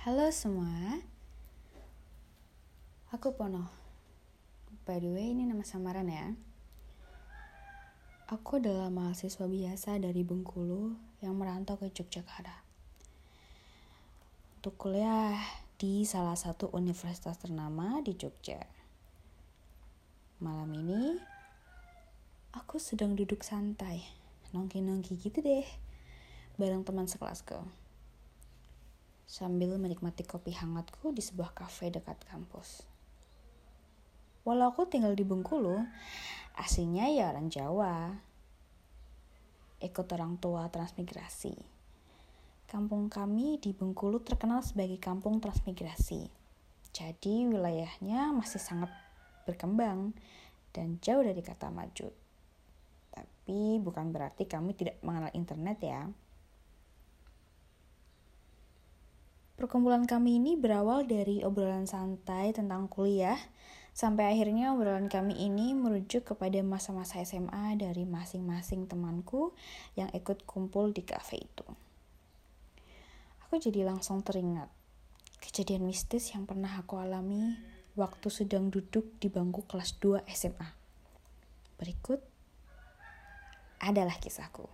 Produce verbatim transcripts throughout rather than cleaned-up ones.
Halo semua, aku Pono. By the way, ini nama samaran ya. Aku adalah mahasiswa biasa dari Bengkulu yang merantau ke Yogyakarta untuk kuliah di salah satu universitas ternama di Jogja. Malam ini, aku sedang duduk santai, nongki-nongki gitu deh, bareng teman sekelasku, sambil menikmati kopi hangatku di sebuah kafe dekat kampus. Walau aku tinggal di Bengkulu, aslinya ya orang Jawa. Ikut orang tua transmigrasi. Kampung kami di Bengkulu terkenal sebagai kampung transmigrasi. Jadi wilayahnya masih sangat berkembang dan jauh dari kata maju. Tapi bukan berarti kami tidak mengenal internet ya. Perkumpulan kami ini berawal dari obrolan santai tentang kuliah, sampai akhirnya obrolan kami ini merujuk kepada masa-masa S M A dari masing-masing temanku yang ikut kumpul di kafe itu. Aku jadi langsung teringat kejadian mistis yang pernah aku alami waktu sedang duduk di bangku kelas dua S M A. Berikut adalah kisahku.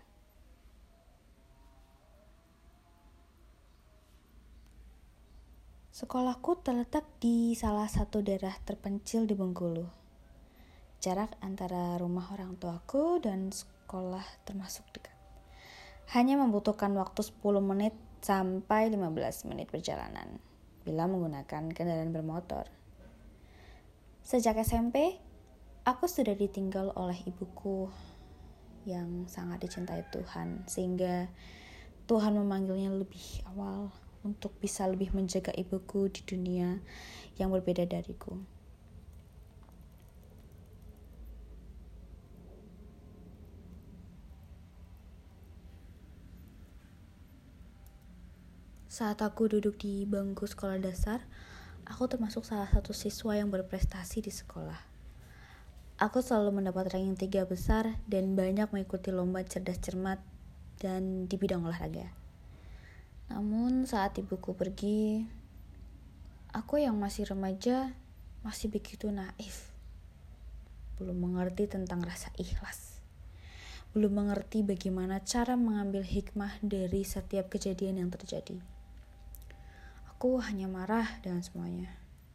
Sekolahku terletak di salah satu daerah terpencil di Bengkulu. Jarak antara rumah orang tuaku dan sekolah termasuk dekat. Hanya membutuhkan waktu sepuluh menit sampai lima belas menit perjalanan bila menggunakan kendaraan bermotor. Sejak S M P, aku sudah ditinggal oleh ibuku yang sangat dicintai Tuhan, sehingga Tuhan memanggilnya lebih awal untuk bisa lebih menjaga ibuku di dunia yang berbeda dariku. Saat aku duduk di bangku sekolah dasar, aku termasuk salah satu siswa yang berprestasi di sekolah. Aku selalu mendapat ranking tiga besar dan banyak mengikuti lomba cerdas cermat dan di bidang olahraga. Namun saat ibuku pergi, aku yang masih remaja masih begitu naif. Belum mengerti tentang rasa ikhlas. Belum mengerti bagaimana cara mengambil hikmah dari setiap kejadian yang terjadi. Aku hanya marah dengan semuanya.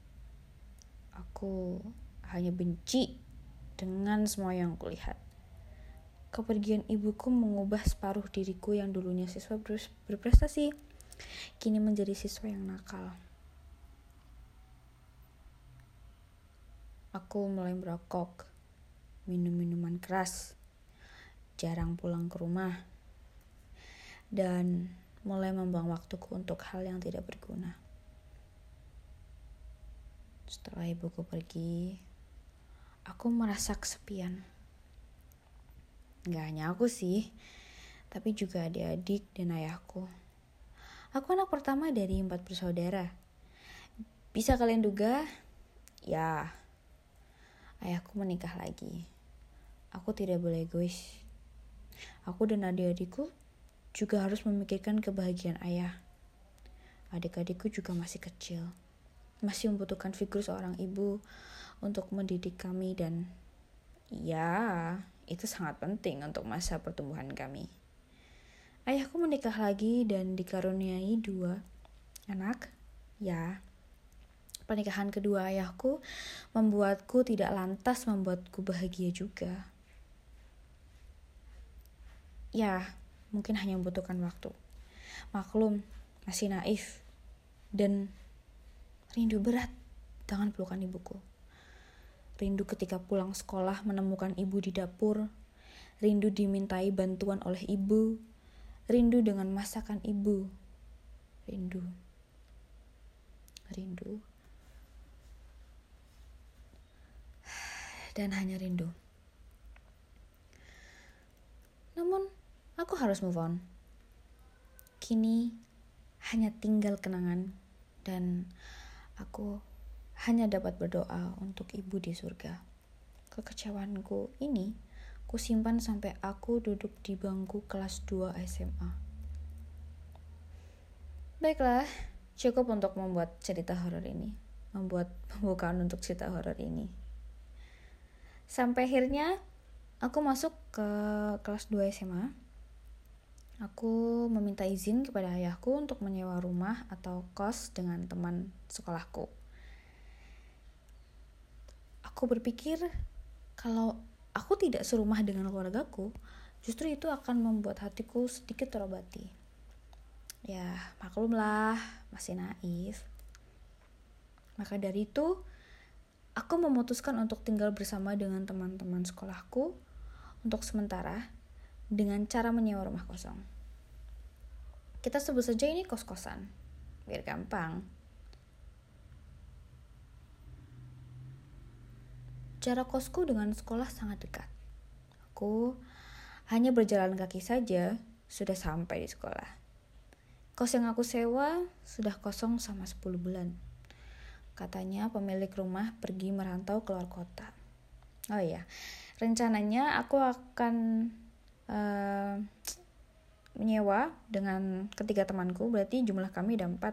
Aku hanya benci dengan semua yang kulihat. Kepergian ibuku mengubah separuh diriku yang dulunya siswa berprestasi, kini menjadi siswa yang nakal. Aku mulai merokok, minum minuman keras, jarang pulang ke rumah, dan mulai membuang waktuku untuk hal yang tidak berguna. Setelah ibuku pergi, aku merasa kesepian. Gak hanya aku sih, tapi juga adik-adik dan ayahku. Aku anak pertama dari empat bersaudara. Bisa kalian duga? Ya, ayahku menikah lagi. Aku tidak boleh egois. Aku dan adik-adikku juga harus memikirkan kebahagiaan ayah. Adik-adikku juga masih kecil. Masih membutuhkan figur seorang ibu untuk mendidik kami dan ya, itu sangat penting untuk masa pertumbuhan kami. Ayahku menikah lagi dan dikaruniai dua anak. Ya, pernikahan kedua ayahku membuatku tidak lantas membuatku bahagia juga. Ya, mungkin hanya membutuhkan waktu. Maklum, masih naif dan rindu berat dengan pelukan ibuku. Rindu ketika pulang sekolah menemukan ibu di dapur. Rindu dimintai bantuan oleh ibu. Rindu dengan masakan ibu. Rindu. Rindu. Dan hanya rindu. Namun, aku harus move on. Kini, hanya tinggal kenangan. Dan aku hanya dapat berdoa untuk ibu di surga. Kekecewaanku ini kusimpan sampai aku duduk di bangku kelas dua S M A. Baiklah, Cukup untuk membuat cerita horor ini, membuat pembukaan untuk cerita horor ini. Sampai akhirnya aku masuk ke kelas dua S M A. Aku meminta izin kepada ayahku untuk menyewa rumah atau kos dengan teman sekolahku. Aku berpikir kalau aku tidak serumah dengan keluargaku, justru itu akan membuat hatiku sedikit terobati. Ya, maklumlah, masih naif. Maka dari itu, aku memutuskan untuk tinggal bersama dengan teman-teman sekolahku untuk sementara dengan cara menyewa rumah kosong. Kita sebut saja ini kos-kosan, biar gampang. Jarak kosku dengan sekolah sangat dekat. Aku hanya berjalan kaki saja sudah sampai di sekolah. Kos yang aku sewa sudah kosong selama sepuluh bulan. Katanya pemilik rumah pergi merantau keluar kota. Oh iya, rencananya aku akan uh, menyewa dengan ketiga temanku, berarti jumlah kami ada empat.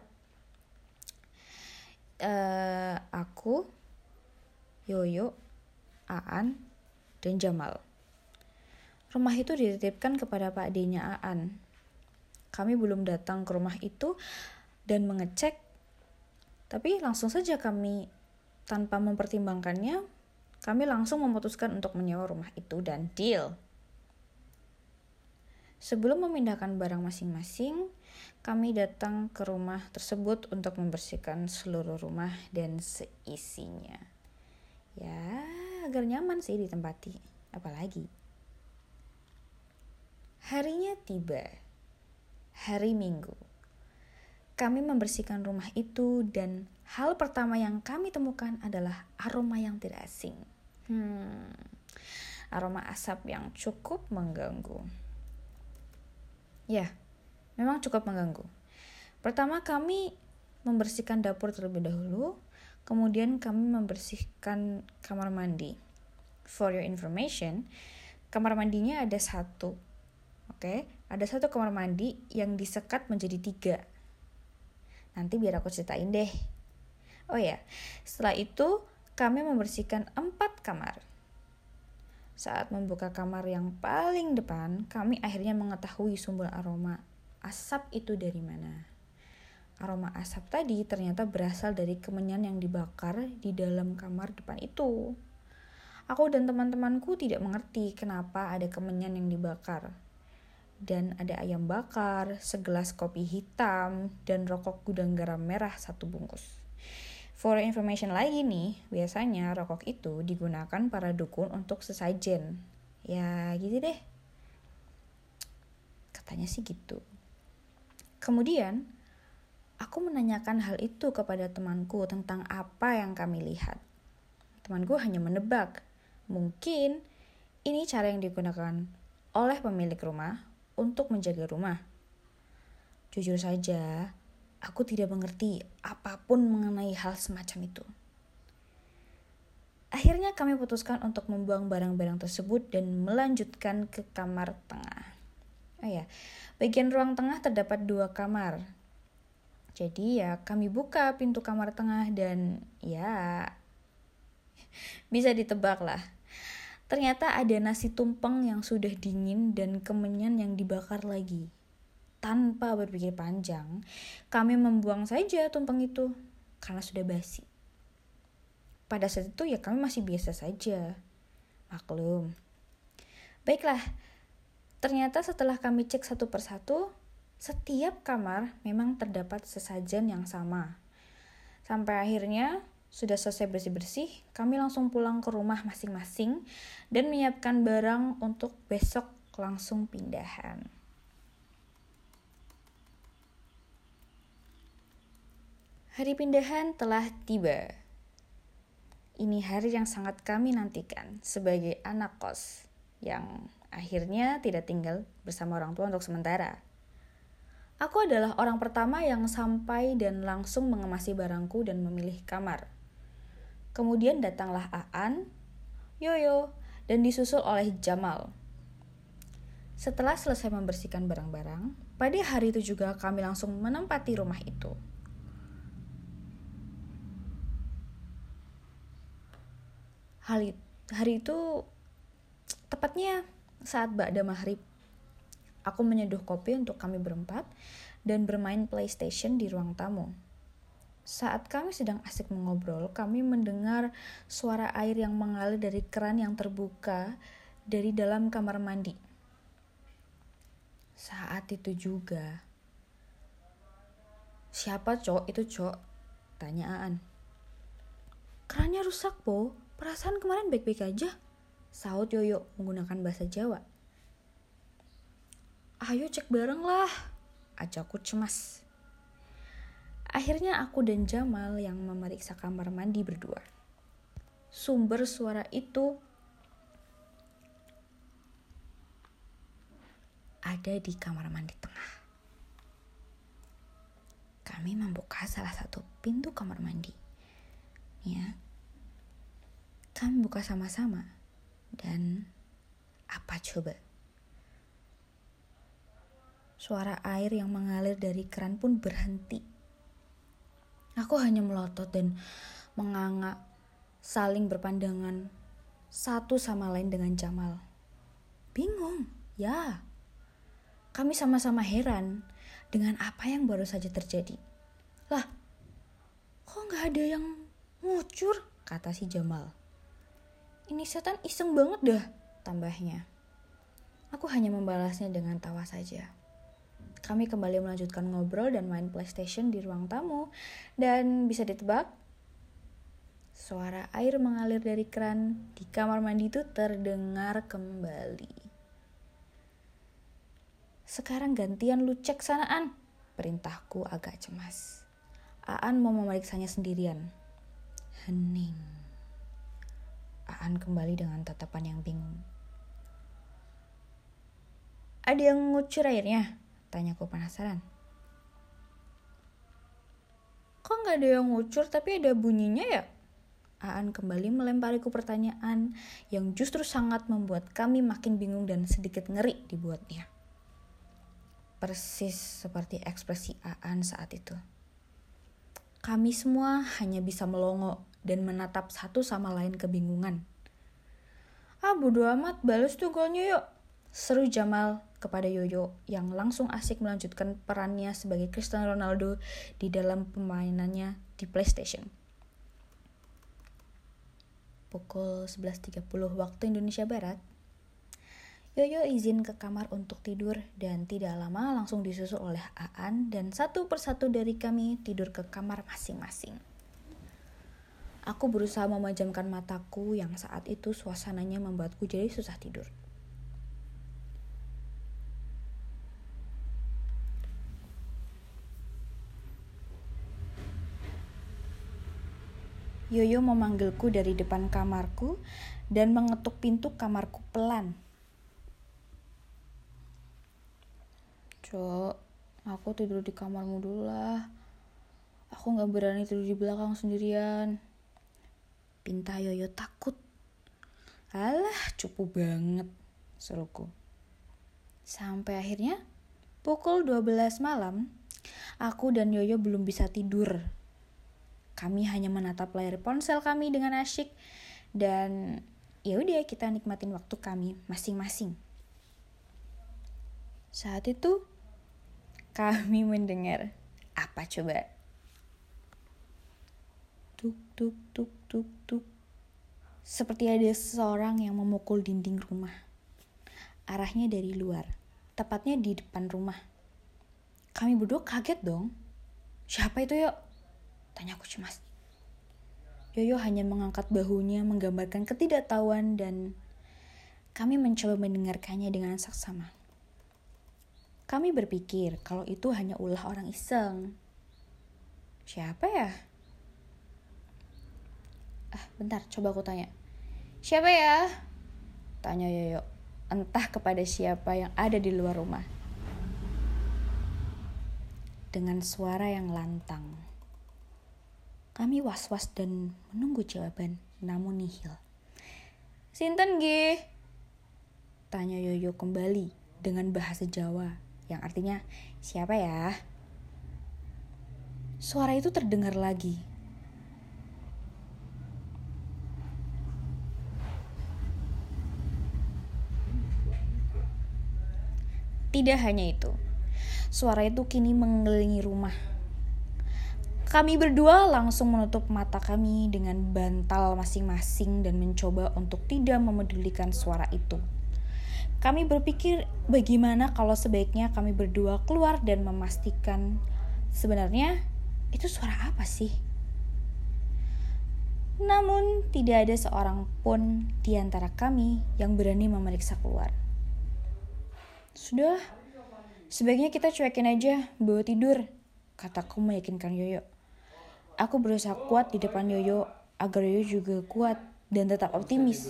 Uh, aku, Yoyo, Aan, dan Jamal. Rumah itu dititipkan kepada Pak D-nya Aan. Kami belum datang ke rumah itu dan mengecek, tapi langsung saja kami tanpa mempertimbangkannya, kami langsung memutuskan untuk menyewa rumah itu dan deal. Sebelum memindahkan barang masing-masing, kami datang ke rumah tersebut untuk membersihkan seluruh rumah dan seisinya. Ya, agar nyaman sih ditempati, apalagi. Harinya tiba, hari Minggu. Kami membersihkan rumah itu dan hal pertama yang kami temukan adalah aroma yang tidak asing. Hmm, aroma asap yang cukup mengganggu. Ya, memang cukup mengganggu. Pertama kami membersihkan dapur terlebih dahulu, kemudian kami membersihkan kamar mandi. For your information, kamar mandinya ada satu. Oke, okay? Ada satu kamar mandi yang disekat menjadi tiga. Nanti biar aku ceritain deh. Oh ya, setelah itu kami membersihkan empat kamar. Saat membuka kamar yang paling depan, kami akhirnya mengetahui sumber aroma asap itu dari mana. Aroma asap tadi ternyata berasal dari kemenyan yang dibakar di dalam kamar depan itu. Aku dan teman-temanku tidak mengerti kenapa ada kemenyan yang dibakar. Dan ada ayam bakar, segelas kopi hitam, dan rokok gudang garam merah satu bungkus. For information lagi nih, biasanya rokok itu digunakan para dukun untuk sesajen. Ya gitu deh. Katanya sih gitu. Kemudian, aku menanyakan hal itu kepada temanku tentang apa yang kami lihat. Temanku hanya menebak. Mungkin ini cara yang digunakan oleh pemilik rumah untuk menjaga rumah. Jujur saja, aku tidak mengerti apapun mengenai hal semacam itu. Akhirnya kami putuskan untuk membuang barang-barang tersebut dan melanjutkan ke kamar tengah. Oh ya, bagian ruang tengah terdapat dua kamar. Jadi ya kami buka pintu kamar tengah dan ya bisa ditebak lah. Ternyata ada nasi tumpeng yang sudah dingin dan kemenyan yang dibakar lagi. Tanpa berpikir panjang, kami membuang saja tumpeng itu karena sudah basi. Pada saat itu ya kami masih biasa saja. Maklum. Baiklah, ternyata setelah kami cek satu persatu, setiap kamar memang terdapat sesajen yang sama. Sampai akhirnya sudah selesai bersih-bersih, kami langsung pulang ke rumah masing-masing dan menyiapkan barang untuk besok langsung pindahan. Hari pindahan telah tiba. Ini hari yang sangat kami nantikan sebagai anak kos yang akhirnya tidak tinggal bersama orang tua untuk sementara. Aku adalah orang pertama yang sampai dan langsung mengemasi barangku dan memilih kamar. Kemudian datanglah Aan, Yoyo, dan disusul oleh Jamal. Setelah selesai membersihkan barang-barang, pada hari itu juga kami langsung menempati rumah itu. Hari, hari itu tepatnya saat ba'da maghrib. Aku menyeduh kopi untuk kami berempat dan bermain PlayStation di ruang tamu. Saat kami sedang asik mengobrol, kami mendengar suara air yang mengalir dari keran yang terbuka dari dalam kamar mandi. Saat itu juga, "Siapa, Cok? Itu, Cok?" tanya Aan. "Kerannya rusak, Po. Perasaan kemarin baik-baik aja," sahut Yoyo menggunakan bahasa Jawa. "Ayo cek bareng lah," ajakku cemas. Akhirnya aku dan Jamal yang memeriksa kamar mandi berdua. Sumber suara itu ada di kamar mandi tengah. Kami membuka salah satu pintu kamar mandi. Ya, kami buka sama-sama. Dan apa coba? Suara air yang mengalir dari keran pun berhenti. Aku hanya melotot dan menganga, saling berpandangan satu sama lain dengan Jamal. Bingung, ya. Kami sama-sama heran dengan apa yang baru saja terjadi. "Lah, kok gak ada yang ngucur?" kata si Jamal. "Ini setan iseng banget dah," tambahnya. Aku hanya membalasnya dengan tawa saja. Kami kembali melanjutkan ngobrol dan main PlayStation di ruang tamu. Dan bisa ditebak, suara air mengalir dari keran di kamar mandi itu terdengar kembali. "Sekarang gantian lu cek sanaan," perintahku agak cemas. Aan mau memeriksanya sendirian. Hening. Aan kembali dengan tatapan yang bingung. "Ada yang ngucur airnya?" tanyaku penasaran. "Kok gak ada yang ngucur tapi ada bunyinya ya?" Aan kembali melempariku pertanyaan yang justru sangat membuat kami makin bingung dan sedikit ngeri dibuatnya. Persis seperti ekspresi Aan saat itu. Kami semua hanya bisa melongo dan menatap satu sama lain kebingungan. "Ah, bodo amat, balas tuh golnya yuk," seru Jamal kepada Yoyo yang langsung asik melanjutkan perannya sebagai Cristiano Ronaldo di dalam permainannya di PlayStation. Pukul sebelas tiga puluh waktu Indonesia Barat, Yoyo izin ke kamar untuk tidur dan tidak lama langsung disusul oleh Aan dan satu persatu dari kami tidur ke kamar masing-masing. Aku berusaha memejamkan mataku yang saat itu suasananya membuatku jadi susah tidur. Yoyo memanggilku dari depan kamarku dan mengetuk pintu kamarku pelan. "Cok, aku tidur di kamarmu dulu lah. Aku gak berani tidur di belakang sendirian," pinta Yoyo takut. "Alah, cupu banget," seruku. Sampai akhirnya pukul dua belas malam, aku dan Yoyo belum bisa tidur. Kami hanya menatap layar ponsel kami dengan asyik dan ya udah kita nikmatin waktu kami masing-masing. Saat itu kami mendengar apa coba? Tuk tuk tuk tuk tuk. Seperti ada seseorang yang memukul dinding rumah. Arahnya dari luar, tepatnya di depan rumah. Kami berdua kaget dong. "Siapa itu, Yok?" tanyaku cemas. Yoyo hanya mengangkat bahunya menggambarkan ketidaktahuan dan kami mencoba mendengarkannya dengan saksama. Kami berpikir kalau itu hanya ulah orang iseng. "Siapa ya?" Ah, bentar, coba aku tanya. "Siapa ya?" tanya Yoyo, entah kepada siapa yang ada di luar rumah. Dengan suara yang lantang. Kami was-was dan menunggu jawaban, namun nihil. "Sinten nggih?" tanya Yoyo kembali dengan bahasa Jawa, yang artinya, "Siapa ya?" Suara itu terdengar lagi. Tidak hanya itu, suara itu kini mengelilingi rumah. Kami berdua langsung menutup mata kami dengan bantal masing-masing dan mencoba untuk tidak memedulikan suara itu. Kami berpikir bagaimana kalau sebaiknya kami berdua keluar dan memastikan sebenarnya itu suara apa sih. Namun tidak ada seorang pun di antara kami yang berani memeriksa keluar. Sudah, sebaiknya kita cuekin aja, bawa tidur, kataku meyakinkan Yoyo. Aku berusaha kuat di depan Yoyo agar Yoyo juga kuat dan tetap optimis.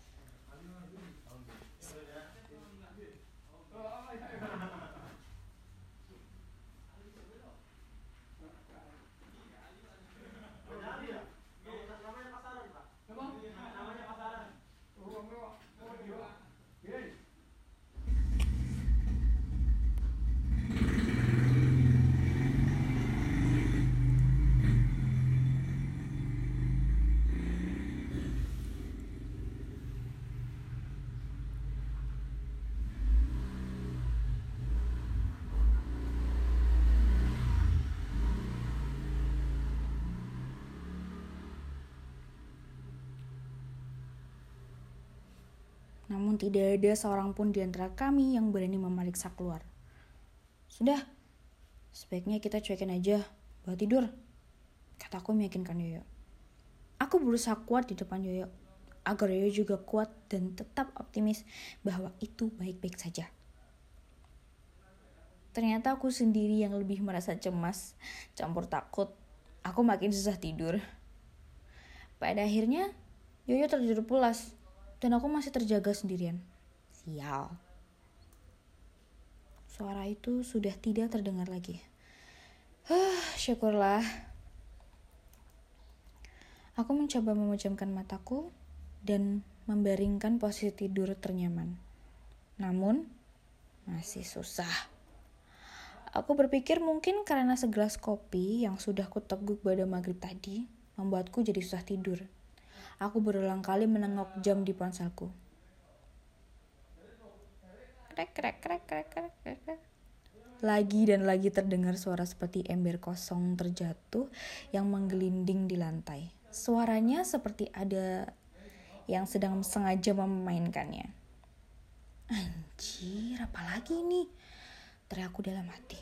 Namun tidak ada seorang pun di antara kami yang berani memeriksa keluar. Sudah, sebaiknya kita cuekin aja, bawa tidur, kataku meyakinkan Yoyo. Aku berusaha kuat di depan Yoyo, agar Yoyo juga kuat dan tetap optimis bahwa itu baik-baik saja. Ternyata aku sendiri yang lebih merasa cemas, campur takut. Aku makin susah tidur. Pada akhirnya, Yoyo tertidur pulas. Dan aku masih terjaga sendirian. Sial. Suara itu sudah tidak terdengar lagi. Huh, syukurlah. Aku mencoba memejamkan mataku dan membaringkan posisi tidur ternyaman. Namun, masih susah. Aku berpikir mungkin karena segelas kopi yang sudah kuteguk pada maghrib tadi membuatku jadi susah tidur. Aku berulang kali menengok jam di ponselku. Krek, krek, krek, krek, krek, krek. Lagi dan lagi terdengar suara seperti ember kosong terjatuh yang menggelinding di lantai. Suaranya seperti ada yang sedang sengaja memainkannya. Anjir, apa lagi ini? Teriakku dalam hati.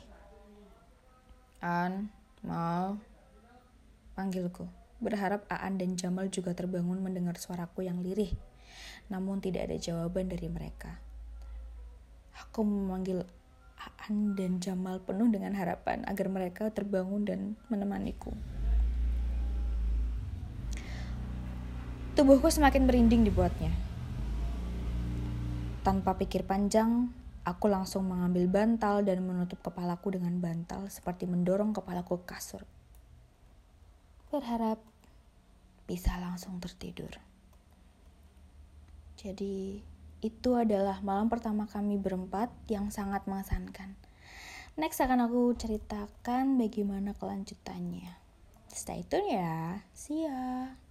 An, Mal, panggilku. Berharap Aan dan Jamal juga terbangun mendengar suaraku yang lirih. Namun tidak ada jawaban dari mereka. Aku memanggil Aan dan Jamal penuh dengan harapan agar mereka terbangun dan menemaniku. Tubuhku semakin merinding dibuatnya. Tanpa pikir panjang, aku langsung mengambil bantal dan menutup kepalaku dengan bantal seperti mendorong kepalaku ke kasur. Berharap bisa langsung tertidur. Jadi itu adalah malam pertama kami berempat yang sangat mengesankan. Next akan aku ceritakan bagaimana kelanjutannya. Stay tune ya. See ya.